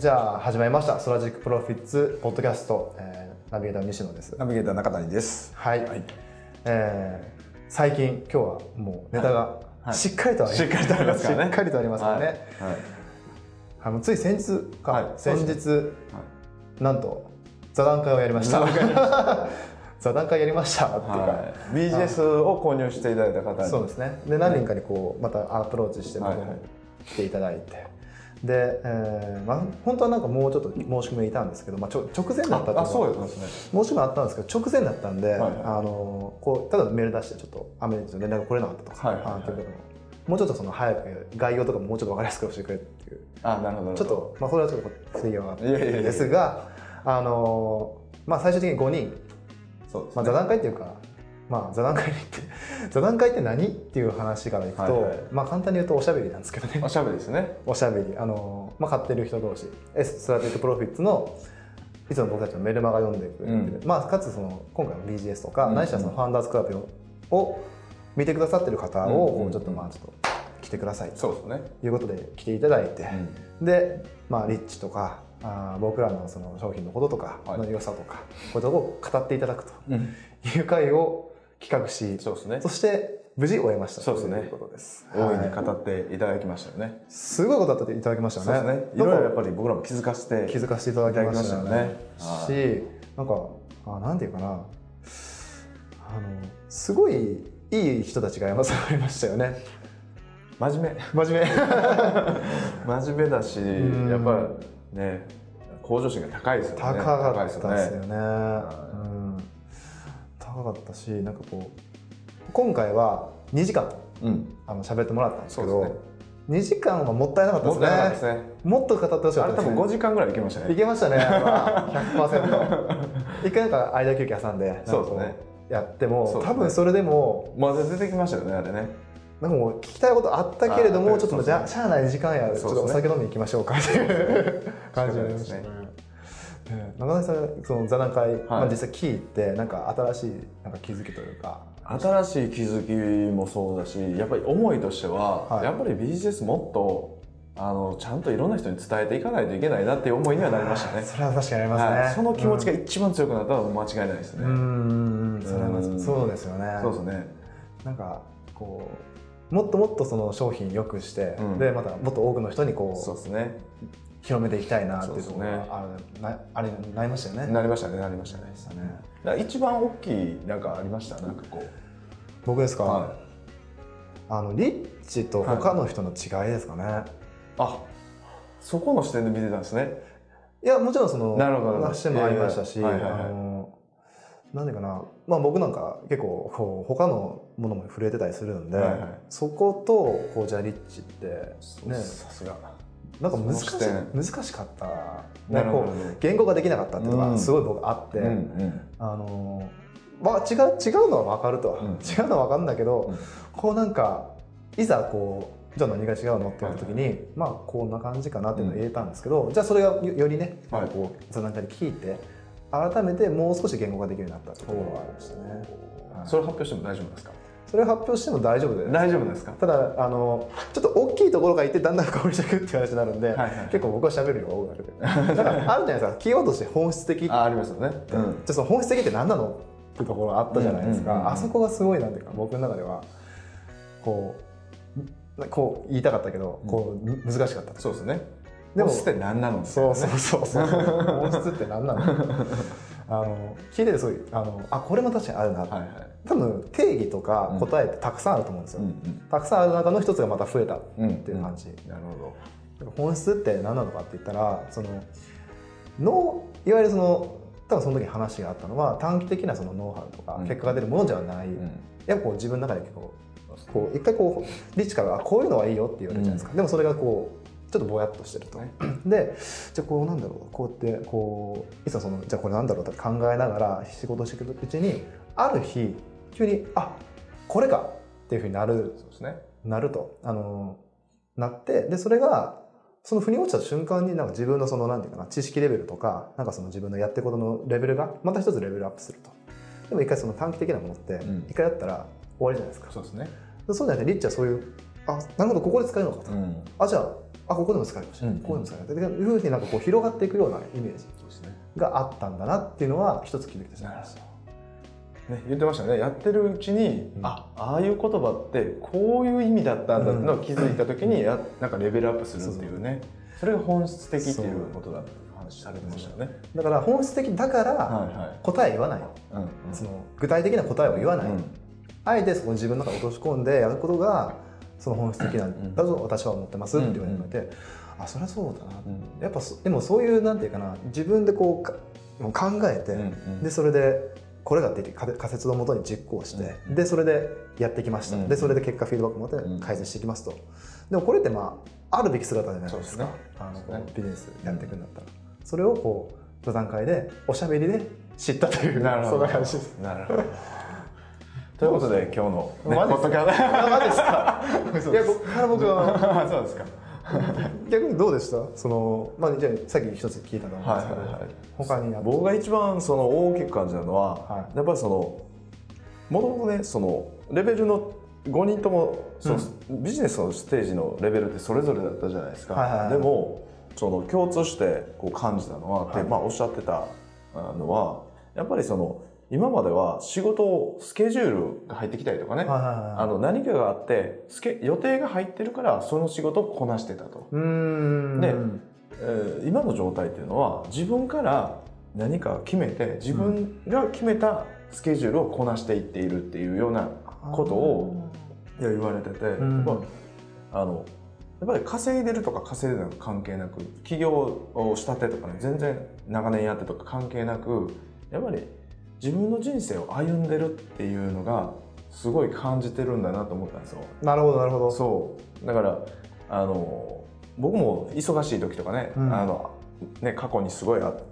じゃあ始まりましたストラテジックプロフィッツポッドキャスト、ナビゲーター西野です。 ナビゲーター中谷です。 はい、はい。最近今日はもうネタがしっかりとありますからね。しっかりとありますからね。つい先日か、先日、なんと座談会をやりました。座談会やりましたっていうか、 BGS を購入していただいた方に、 そうですね。で何人かにこうまたアプローチして来ていただいて、で、本当はなんかもうちょっと申し込みいたんですけど、直前だったとそうですね。 申し込みあったんですけど直前だったんで、こうただメール出してちょっとアメリカの連絡が来れなかったとか、っていうことももうちょっとその早く概要とかももうちょっと分かりやすく教えてくれっていう。 なるほど。 ちょっとそれはちょっと不手際ですが、最終的に5人、座談会っていうか、座談会って何っていう話からいくと、簡単に言うとおしゃべりなんですけどね。 おしゃべりですね。 おしゃべり、買ってる人同士、ストラテジックプロフィッツのいつも僕たちのメルマガ読んでくれてる、かつその今回の BGS とか、ないしはそのファウンダーズクラブを見てくださってる方をちょっと来てくださいということで来ていただいて、でリッチとか僕らのその商品のこととかの良さとかこういうところを語っていただくという会を企画し、そして無事終えましたということです。 大いに語っていただきましたよね。 すごいことだっていただきましたよね。 いろいろやっぱり僕らも気づかせていただきましたよね。 し、なんかなんていうかな、すごいいい人たちが山さんありましたよね。 真面目だし、やっぱりね、向上心が高いですよね。 高かったですよね。高かったし、なんかこう今回は2時間喋ってもらったんですけど、2時間はもったいなかったですね。もっと語ってほしかったですね。 多分5時間ぐらいいけましたね。 いけましたね。100%。一回なんか間休憩挟んでやっても、多分それでもまだ出てきましたよね、あれね。 なんかもう聞きたいことあったけれども、ちょっとじゃあしゃあない時間や、ちょっとお酒飲みに行きましょうかっていう感じになりましたね。中谷さん、その座談会実際聞いて、なんか新しいなんか気づきというか、 新しい気づきもそうだし、やっぱり思いとしては、やっぱり BGS もっとちゃんといろんな人に伝えていかないといけないなっていう思いにはなりましたね。 それは確かにありますね。 その気持ちが一番強くなったのは間違いないですね。 それはそうですよね。 そうですね。 なんかこうもっともっとその商品良くして、でまたもっと多くの人にこう広めていきたいなっていうところがあれなりましたよね。 なりましたね。だから一番大きいなんかありました。なんかこう僕ですか。リッチと他の人の違いですかね。 そこの視点で見てたんですね。 いや、もちろんその話もありましたし、なんでかな、僕なんか結構他のものも触れてたりするんで、そことじゃあリッチってね、 さすがなんか難しかった、言語ができなかったっていうのがすごい僕あって、違うのは分かると、違うのは分かるんだけど、こうなんかいざこうじゃあ何が違うのって言った時に、こんな感じかなっていうのを言えたんですけど、じゃあそれがよりね、こう座談会で聞いて改めてもう少し言語ができるようになったっていうところがありましたね。 それ発表しても大丈夫ですか？ それ発表しても大丈夫です。 大丈夫ですか？ ただちょっと大きいところがいてだんだん深掘りしていくっていう話になるんで、結構僕は喋る量が多くなる。だからあるじゃないですか、キーワードとして本質的。 ありますよね。 じゃあその本質的って何なのっていうところがあったじゃないですか。あそこがすごいなんていうか、僕の中ではこう言いたかったけど、こう難しかった。 そうですね。でも本質って何なの？ そう本質って何なの？聞いててそういうこれも確かにあるな。多分定義とか答えってたくさんあると思うんですよ。たくさんある中の一つがまた増えたっていう感じ。 なるほど。本質って何なのかって言ったら、そのいわゆるその多分その時に話があったのは、短期的なそのノウハウとか結果が出るものではない。やっぱこう自分の中で結構一回こうリッチからこういうのはいいよって言われるじゃないですか。でもそれがこうちょっとぼやっとしてると。で、じゃあこうなんだろう、こうやってこういつもそのじゃあこれなんだろうって考えながら仕事していくうちに、ある日急にこれかっていうふうになるとなって、でそれがその腑に落ちた瞬間になんか自分のそのなんていうかな、知識レベルとかなんかその自分のやってることのレベルがまた一つレベルアップすると。でも一回その短期的なものって一回やったら終わりじゃないですか。 そうですね。 そうじゃなくてリッチはそういうなるほどここで使えるのかと。じゃああここでも使えるし、ここでも使えるというふうになんかこう広がっていくようなイメージがあったんだなっていうのは一つ気づいてしまいました。 ね、言ってましたね。やってるうちに、ああいう言葉ってこういう意味だったんだってのを気づいた時になんかレベルアップするっていうね、それが本質的っていうことだって話されてましたよね。 だから本質的だから答え言わない、その具体的な答えを言わない、あえてそこ自分の中に落とし込んでやることがその本質的なんだと私は思ってますって言われて、あそりゃそうだな、やっぱでもそういうなんていうかな、自分でこう考えて、でそれでこれだって仮説をもとに実行して、でそれでやってきました、でそれで結果フィードバックを持って改善していきますと。でもこれってあるべき姿じゃないですか、ビジネスやっていくんだったら、それをこう座談会でおしゃべりで知ったという、そんな感じです。なるほど。 ということで今日のマジですか？いや僕はそうですか。 逆にどうでした？そのじゃあさっき一つ聞いたと思うんですけど、他に僕が一番その大きく感じたのは、やっぱりそのもともとね、そのレベルの5人ともそのビジネスのステージのレベルってそれぞれだったじゃないですか。でもその共通してこう感じたのは、おっしゃってたのは、やっぱりその今までは仕事スケジュールが入ってきたりとかね、何かがあって予定が入ってるからその仕事をこなしてたと。で、今の状態っていうのは自分から何か決めて自分が決めたスケジュールをこなしていっているっていうようなことを言われてて、やっぱり稼いでるとか稼いでるとか関係なく、起業をしたてとかね、全然長年やってとか関係なく、やっぱり自分の人生を歩んでるっていうのがすごい感じてるんだなと思ったんですよ。 なるほどなるほど。 そうだから僕も忙しい時とかね、過去にすごいあって、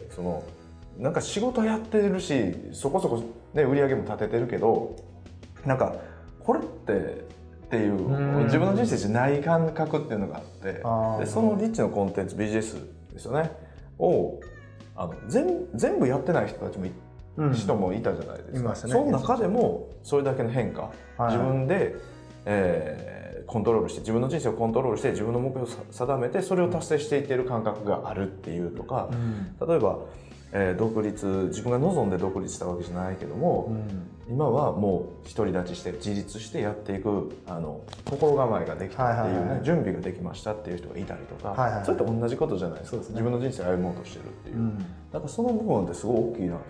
そのなんか仕事やってるしそこそこね売り上げも立ててるけど、なんかこれっていう自分の人生じゃない感覚っていうのがあって、でそのリッチのコンテンツ BGS ですよねを全部やってない人たちも人もいたじゃないですか。その中でもそれだけの変化、自分で、コントロールして自分の人生をコントロールして自分の目標を定めてそれを達成していっている感覚があるっていうとか、例えば、独立、自分が望んで独立したわけじゃないけども、今はもう独り立ちして自立してやっていく心構えができたっていうね、準備ができましたっていう人がいたりとか、それと同じことじゃないですか。自分の人生を歩もうとしてるっていう、なんかその部分ってすごい大きいなと思って、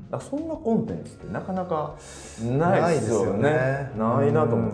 だからそんなコンテンツってなかなかないですよね。ないなと思って、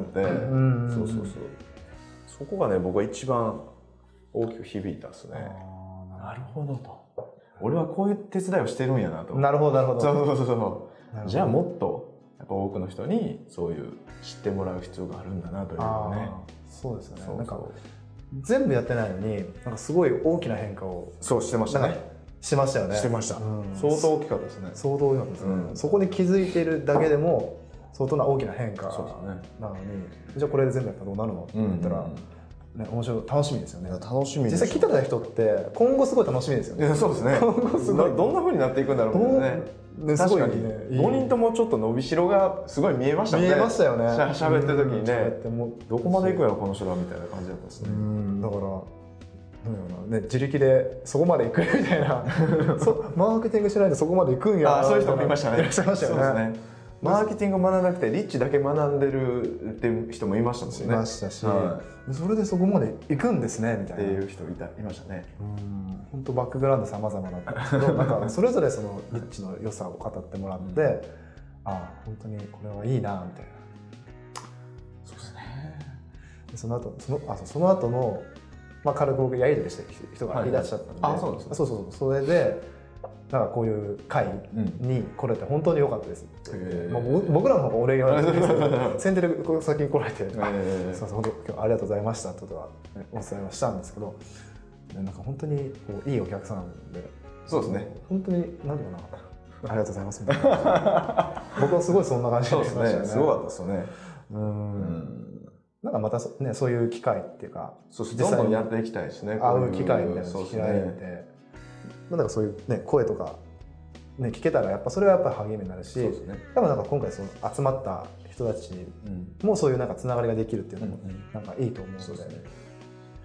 そこがね僕は一番大きく響いたですね。なるほどと。俺はこういう手伝いをしてるんやなと。 なるほどなるほど。 そうじゃあもっとやっぱ多くの人にそういう知ってもらう必要があるんだなというね。 そうですよね。なんか全部やってないのになんかすごい大きな変化をしてましたね。 しましたよね。 してました。相当大きかったですね。 相当大きかったですね。そこに気づいているだけでも相当な大きな変化なのに、じゃあこれで全部やったらどうなるのって言ったら。面白い、楽しみですよね。 楽しみ。 実際来てた人って今後すごい楽しみですよね。 そうですね。今後すごいどんな風になっていくんだろうね。確かに5人ともちょっと伸びしろがすごい見えましたね。 見えましたよね。 喋ってる時にね、どこまで行くやろこの人らみたいな感じだったですね。 だから自力でそこまで行くみたいな、マーケティングしないとそこまで行くんや。 そういう人もいましたね。 いらっしゃいましたよね。 マーケティングを学ばなくてリッチだけ学んでるっていう人もいましたもんね。 いましたし、それでそこまで行くんですねみたいな。 っていう人いましたね。 本当バックグラウンド様々だったんですけど、なんかそれぞれそのリッチの良さを語ってもらって、ああ本当にこれはいいなみたいな。 そうですね。 その後の軽く僕やり取りした人がいらっしゃったんで、 あ、そうですね。 そうそれで。なんかこういう会に来れて本当に良かったです。僕らの方がお礼言われてるんですけど、先手で先に来られて、すみません本当今日ありがとうございましたってことはお伝えはしたんですけど、なんか本当にいいお客さんで、 そうですね。 本当に何て言うかな、ありがとうございますみたいな。僕はすごいそんな感じでしたね。 すごかったですよね。 なんかまたねそういう機会っていうか、 どんどんやっていきたいですね。 会う機会みたいなのを開いて。なんかそういうね声とかね聞けたらやっぱそれはやっぱり励みになるし、多分なんか今回その集まった人たちもそういうなんかつながりができるっていうのもなんかいいと思うので、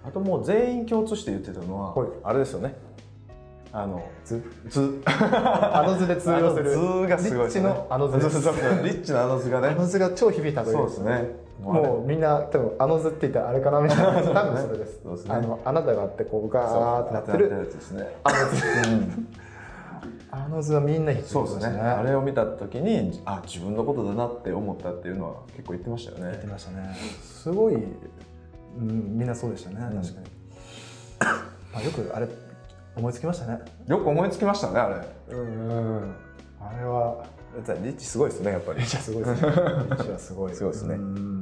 あともう全員共通して言ってたのは、 はい、 あれですよね。 図図図で通用する図がすごいですね。 リッチの図です。 リッチな図がね。 図が超響いたという。 そうですね。 もうみんな多分図って言ったらあれかなみたいな。多分それです。 そうですね。 あなたがあってこうガーってなってるやつですね。 図はみんな響いてましたね。あれを見た時に自分のことだなって思ったっていうのは結構言ってましたよね。 言ってましたね。すごい、みんなそうでしたね。確かに。よくあれ思いつきましたね。 よく思いつきましたね、あれ。 あれはリッチすごいですね、やっぱり。 リッチはすごいですね。リッチはすごい。 すごいですね。